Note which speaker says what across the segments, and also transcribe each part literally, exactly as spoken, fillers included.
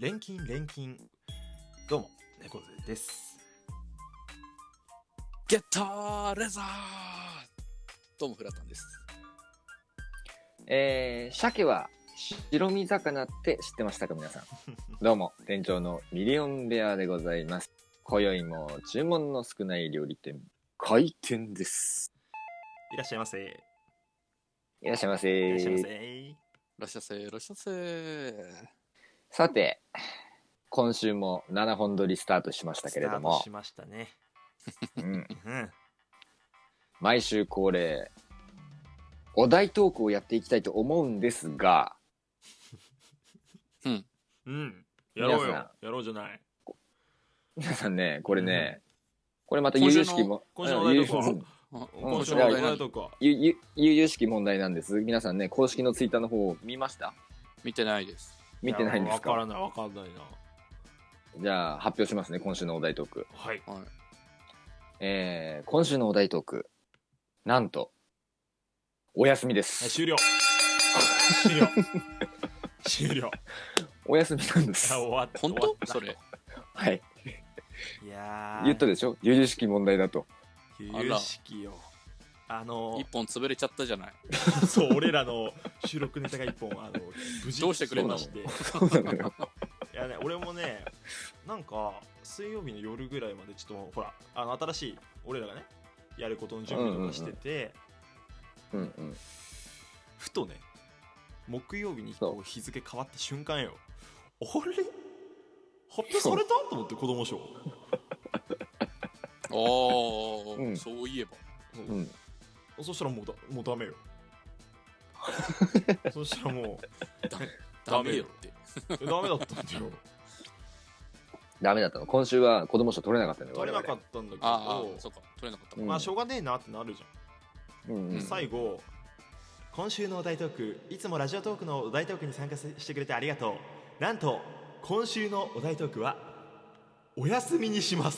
Speaker 1: 錬金錬金。どうも猫背です。
Speaker 2: ゲッターレザー。どうもフラタンです。
Speaker 3: えー、鮭は白身魚って知ってましたか皆さん。どうも店長のミリオンベアでございます。今宵も注文の少ない料理店開店です。
Speaker 1: いらっしゃいませ。
Speaker 3: いらっしゃいませ。
Speaker 1: いらっしゃいませ。
Speaker 2: いらっしゃいませ。いらっしゃいませ。
Speaker 3: さて今週もななほん撮りスタートしましたけれども、
Speaker 1: スタートしましたね。
Speaker 3: うん、
Speaker 1: うん、
Speaker 3: 毎週恒例お題トークをやっていきたいと思うんですが、
Speaker 2: うん
Speaker 1: うん、やろうよ。
Speaker 3: 皆さん
Speaker 1: やろうじゃない。
Speaker 3: 皆さんね、これね、うん、これまた
Speaker 2: 今週の
Speaker 3: 悠々しきも
Speaker 1: 今週のお題トーク
Speaker 3: は
Speaker 1: 今週のお題トークは
Speaker 3: ゆゆ悠々しき問題なんです。皆さんね、公式のツイッターの方を見ました？
Speaker 2: 見てないです。
Speaker 3: 見てないんですか？
Speaker 1: わからないわかんないな。
Speaker 3: じゃあ発表しますね。今週のお題トーク。
Speaker 1: はい。
Speaker 2: はい。
Speaker 3: えー、今週のお題トーク、なんとお休みです。
Speaker 1: 終了。終了。終了。
Speaker 3: お休みなんです。
Speaker 1: 終わった。
Speaker 2: 本当？それ。
Speaker 3: はい。
Speaker 1: いやー。
Speaker 3: 言ったでしょ。悠々しき問題だと。
Speaker 1: 悠々しきよ。あの
Speaker 2: 一本潰れちゃったじゃない。
Speaker 1: そう、俺らの収録ネタが一本あの無事
Speaker 2: どうしてくれま
Speaker 1: して。
Speaker 3: そうなのよ。
Speaker 1: いやね、俺もね、なんか水曜日の夜ぐらいまでちょっとほらあの新しい俺らがねやることの準備とかしてて、
Speaker 3: うんうんうん、
Speaker 1: ふとね木曜日にこう日付変わった瞬間よ、あれ発表されたと思って子供賞。
Speaker 2: ああ、
Speaker 3: うん、
Speaker 2: そういえば。
Speaker 3: うん、
Speaker 1: そしたらもうだもうダメよ。そしたらもう
Speaker 2: ダメダメよって
Speaker 1: ダメだったんだよ。
Speaker 3: ダメだったの。今週は子供賞取れなかったのよ。
Speaker 1: 取れなかったんだけど、
Speaker 2: ああそうか取れなかった、
Speaker 1: まあしょうがねえなってなるじゃん、
Speaker 3: うんうん、
Speaker 1: で最後今週のお題トーク、いつもラジオトークのお題トークに参加してくれてありがとう。なんと今週のお題トークはお休みにします。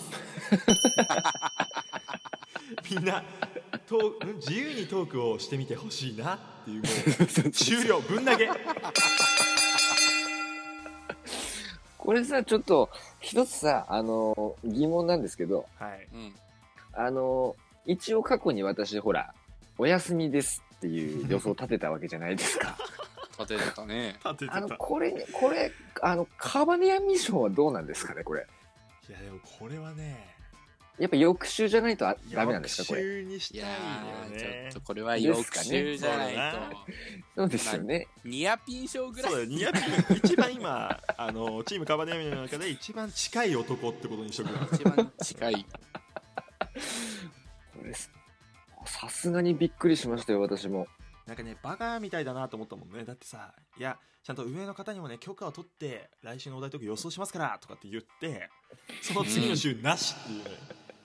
Speaker 1: みんなと自由にトークをしてみてほしいなっていう、もう終了、ぶん投げ。
Speaker 3: これさ、ちょっと一つさ、あの疑問なんですけど、
Speaker 1: はい、
Speaker 2: うん、
Speaker 3: あの一応過去に私ほらお休みですっていう予想立てたわけじゃないですか。
Speaker 2: 立ててたね。
Speaker 1: 立ててた。
Speaker 3: あのこれこれあのカバネアミッションはどうなんですかねこれ。
Speaker 1: いやでもこれはね、
Speaker 3: やっぱ翌週じゃないとあダメなんですかこれ。
Speaker 1: 翌週にしたいよね。
Speaker 2: いやちょっとこれは翌週じゃないと。
Speaker 3: そうですよね。
Speaker 2: ニアピン賞ぐらい。
Speaker 1: そうだよ、ニアピン一番今あのチームカバネアミの中で一番近い男ってことにしとくわ。
Speaker 2: 一番近い。
Speaker 3: これさすがにびっくりしましたよ私も。
Speaker 1: なんかねバカみたいだなと思ったもんね。だってさ、いやちゃんと運営の方にもね許可を取って来週のお題トーク予想しますからとかって言って、その次の週なしっていうね。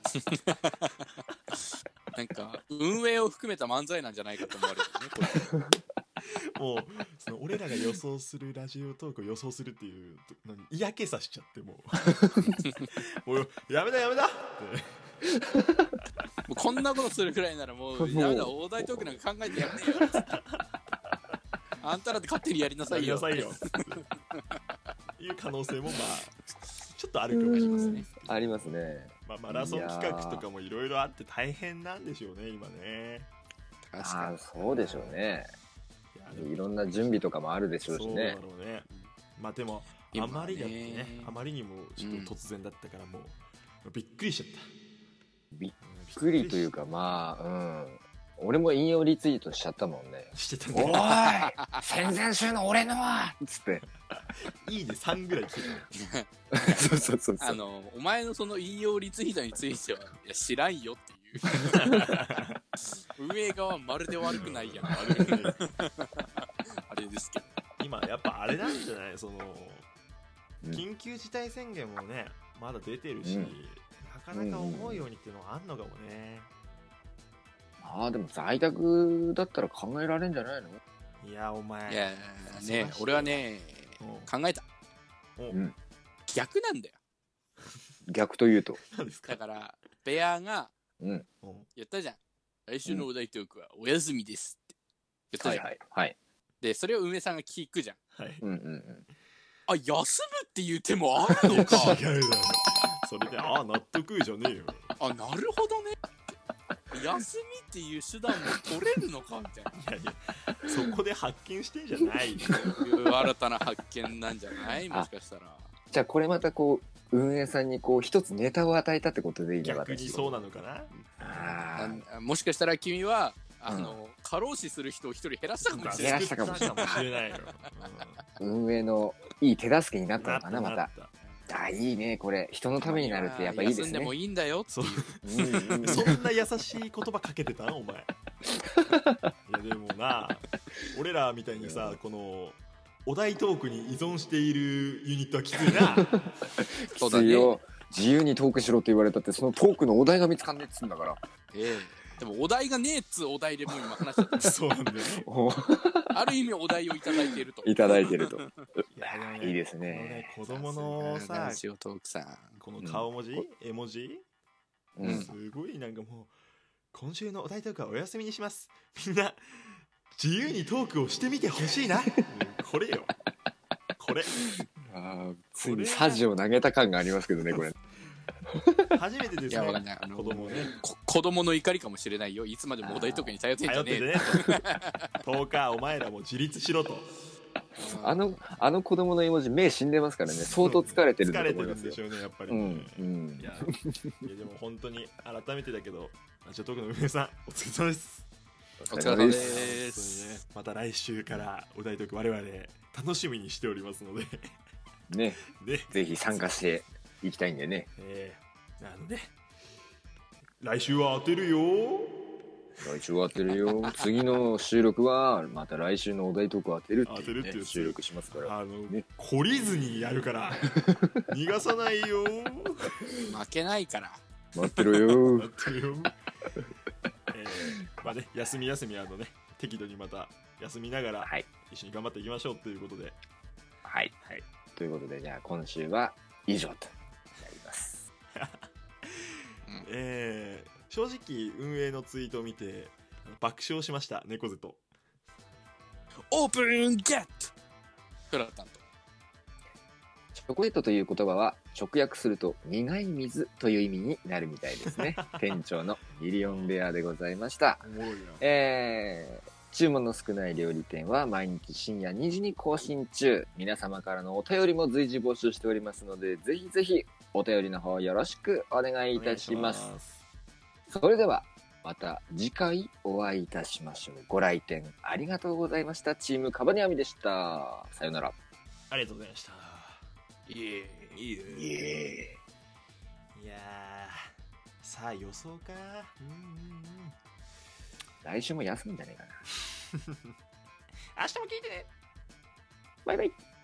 Speaker 2: なんか運営を含めた漫才なんじゃないかと思われるねこれ。
Speaker 1: もうその俺らが予想するラジオトークを予想するっていうのに嫌気さしちゃって、もうもうやめだやめだって
Speaker 2: もうこんなことするくらいならもうやめだ、大台トークなんか考えてやめねえよ。あんたらで勝手にやりなさいよ。
Speaker 1: やりなさいよっていう可能性もまあちょっとあるかもしれませんね。
Speaker 3: ありますね。
Speaker 1: まあ、マラソン企画とかもいろいろあって大変なんでしょうね今ね。
Speaker 2: 確かに。
Speaker 3: あそうでしょうね。
Speaker 1: い
Speaker 3: いろんな準備とかもあるでしょうしね。
Speaker 1: そうだろうね。まあでもあまりだってね、あまりにもちょっと突然だったからもうびっくりしちゃった。
Speaker 3: びっくりというかまあうん俺も引用リツイートしちゃったもんね。
Speaker 1: してたね。
Speaker 3: おーい先々週の俺のはっつって
Speaker 1: いいねさんぐらい来て
Speaker 3: た。そうそうそうそう。
Speaker 2: あのお前のその引用リツイートについてはいや知らんよっていう運営側はまるで悪くないやん。あれですけど
Speaker 1: 今やっぱあれなんじゃない、その緊急事態宣言もねまだ出てるし、うん、なかなか思うようにっていうのはあんのかもね。
Speaker 3: ああでも在宅だったら考えられるんじゃないの。
Speaker 1: いやお前
Speaker 2: いやね俺はね考えた、
Speaker 3: うん、
Speaker 2: 逆なんだよ。
Speaker 3: 逆というと
Speaker 2: だからベアが
Speaker 3: 言
Speaker 2: ったじゃん、来週のお題トークはお休みですって言ったじゃん、
Speaker 3: はいはいはい、
Speaker 2: でそれを梅さんが聞くじゃん、
Speaker 1: はい、
Speaker 3: うんうんうん、
Speaker 2: あ休むっっていう手もあるのか
Speaker 1: 違うだろそれでああ納得じゃねえよ。
Speaker 2: あ、なるほどね。休みっていう手段も取れるのかみたいな。
Speaker 1: いやいやそこで発見してんじゃない
Speaker 2: いう新たな発見なんじゃない？もしかしたら。
Speaker 3: じゃあこれまたこう運営さんにこう一つネタを与えたってことでいいのか
Speaker 1: 逆にそうなのかな。
Speaker 3: あ
Speaker 2: あもしかしたら君はあの、過労死する人を一人減らしたかもしれない。
Speaker 3: 減らしたかもしれない
Speaker 1: しれないよ、
Speaker 3: ー運営のいい手助けになっ
Speaker 1: うん、
Speaker 3: たのかなまた。
Speaker 1: た
Speaker 3: あいいねこれ人のためになるってやっぱいいですね。
Speaker 2: 休んでもいいんだよって
Speaker 1: そう
Speaker 2: いう。
Speaker 3: うんうん
Speaker 1: そんな優しい言葉かけてたお前いやでもな俺らみたいにさこのお題トークに依存しているユニットはきついな
Speaker 2: そうだね
Speaker 3: 必要自由にトークしろって言われたってそのトークのお題が見つかんねえっつうんだから。
Speaker 2: ええでもお題がねえっつうお題でもう今話しちゃった
Speaker 1: そうなんだよね。
Speaker 3: お
Speaker 2: ある意味お題をいただいていると。
Speaker 3: いただいてると。
Speaker 1: いやでも
Speaker 3: いいです
Speaker 1: このね
Speaker 3: ね。
Speaker 1: 子供のさ
Speaker 2: ラジオトークさん。
Speaker 1: この顔文字、絵文字
Speaker 3: うん
Speaker 1: すごいなんかもう今週のお題トークはお休みにします。みんな自由にトークをしてみてほしいな。これよ。これ。
Speaker 3: あーついにサジを投げた感がありますけどねこれ。
Speaker 1: 初めてです
Speaker 2: いやわかん
Speaker 1: ね
Speaker 2: ない。あの
Speaker 1: 子供ね
Speaker 2: こ子供の怒りかもしれないよ。いつまでもお題トークに頼ってんじゃねえ
Speaker 1: 頼っててねととおかお前らも自立しろと。
Speaker 3: あのあの子供の絵文字目死んでますからね相当疲れてるんだ
Speaker 1: 疲れて
Speaker 3: と思いますよ。
Speaker 1: るんでしょうねやっぱり
Speaker 3: う
Speaker 1: ね、
Speaker 3: んうん
Speaker 1: いやいやでも本当に改めてだけどラジオトークの運営さんお疲れ様です。
Speaker 2: お疲れ様で
Speaker 1: 本
Speaker 2: す。
Speaker 1: 当にねまた来週からお題トーク我々楽しみにしておりますので
Speaker 3: ね
Speaker 1: ね
Speaker 3: ぜひ参加していきたいんでね。
Speaker 1: えー、なので来週は当てるよ。
Speaker 3: 来週は当てるよ。次の収録はまた来週のお題トークを当てるっていう、ね、
Speaker 1: 当てるっていう
Speaker 3: 収録しますから。
Speaker 1: あの、
Speaker 3: ね
Speaker 1: 懲りずにやるから逃がさないよ。
Speaker 2: 負けないから。
Speaker 3: 待ってろよ。
Speaker 1: 待ってるよ。えー、まあね休み休みあのね適度にまた休みながら
Speaker 3: はい
Speaker 1: 一緒に頑張っていきましょうということで、
Speaker 3: はい、
Speaker 1: はい、
Speaker 3: ということでじゃあ今週は以上となります。
Speaker 1: えー、正直運営のツイートを見て爆笑しました猫背と。
Speaker 2: オープンゲットフラタンと。
Speaker 3: チョコレートという言葉は直訳すると苦い水という意味になるみたいですね。店長のミリオンベアでございました。
Speaker 1: おもろいな。
Speaker 3: えー注文の少ない料理店は毎日深夜にじに更新中。皆様からのお便りも随時募集しておりますのでぜひぜひお便りの方よろしくお願いいたします。
Speaker 1: お願いします
Speaker 3: それではまた次回お会いいたしましょう。ご来店ありがとうございました。チームカバニアミでした。さよなら。
Speaker 1: ありがとうございました。
Speaker 2: イエーイ。
Speaker 1: いいね
Speaker 3: イエーイ。
Speaker 1: いやーさあ予想か。うんうんうん
Speaker 3: 来週も休むんじゃねえかな。
Speaker 1: 明日も聞いてね。
Speaker 3: バイバイ。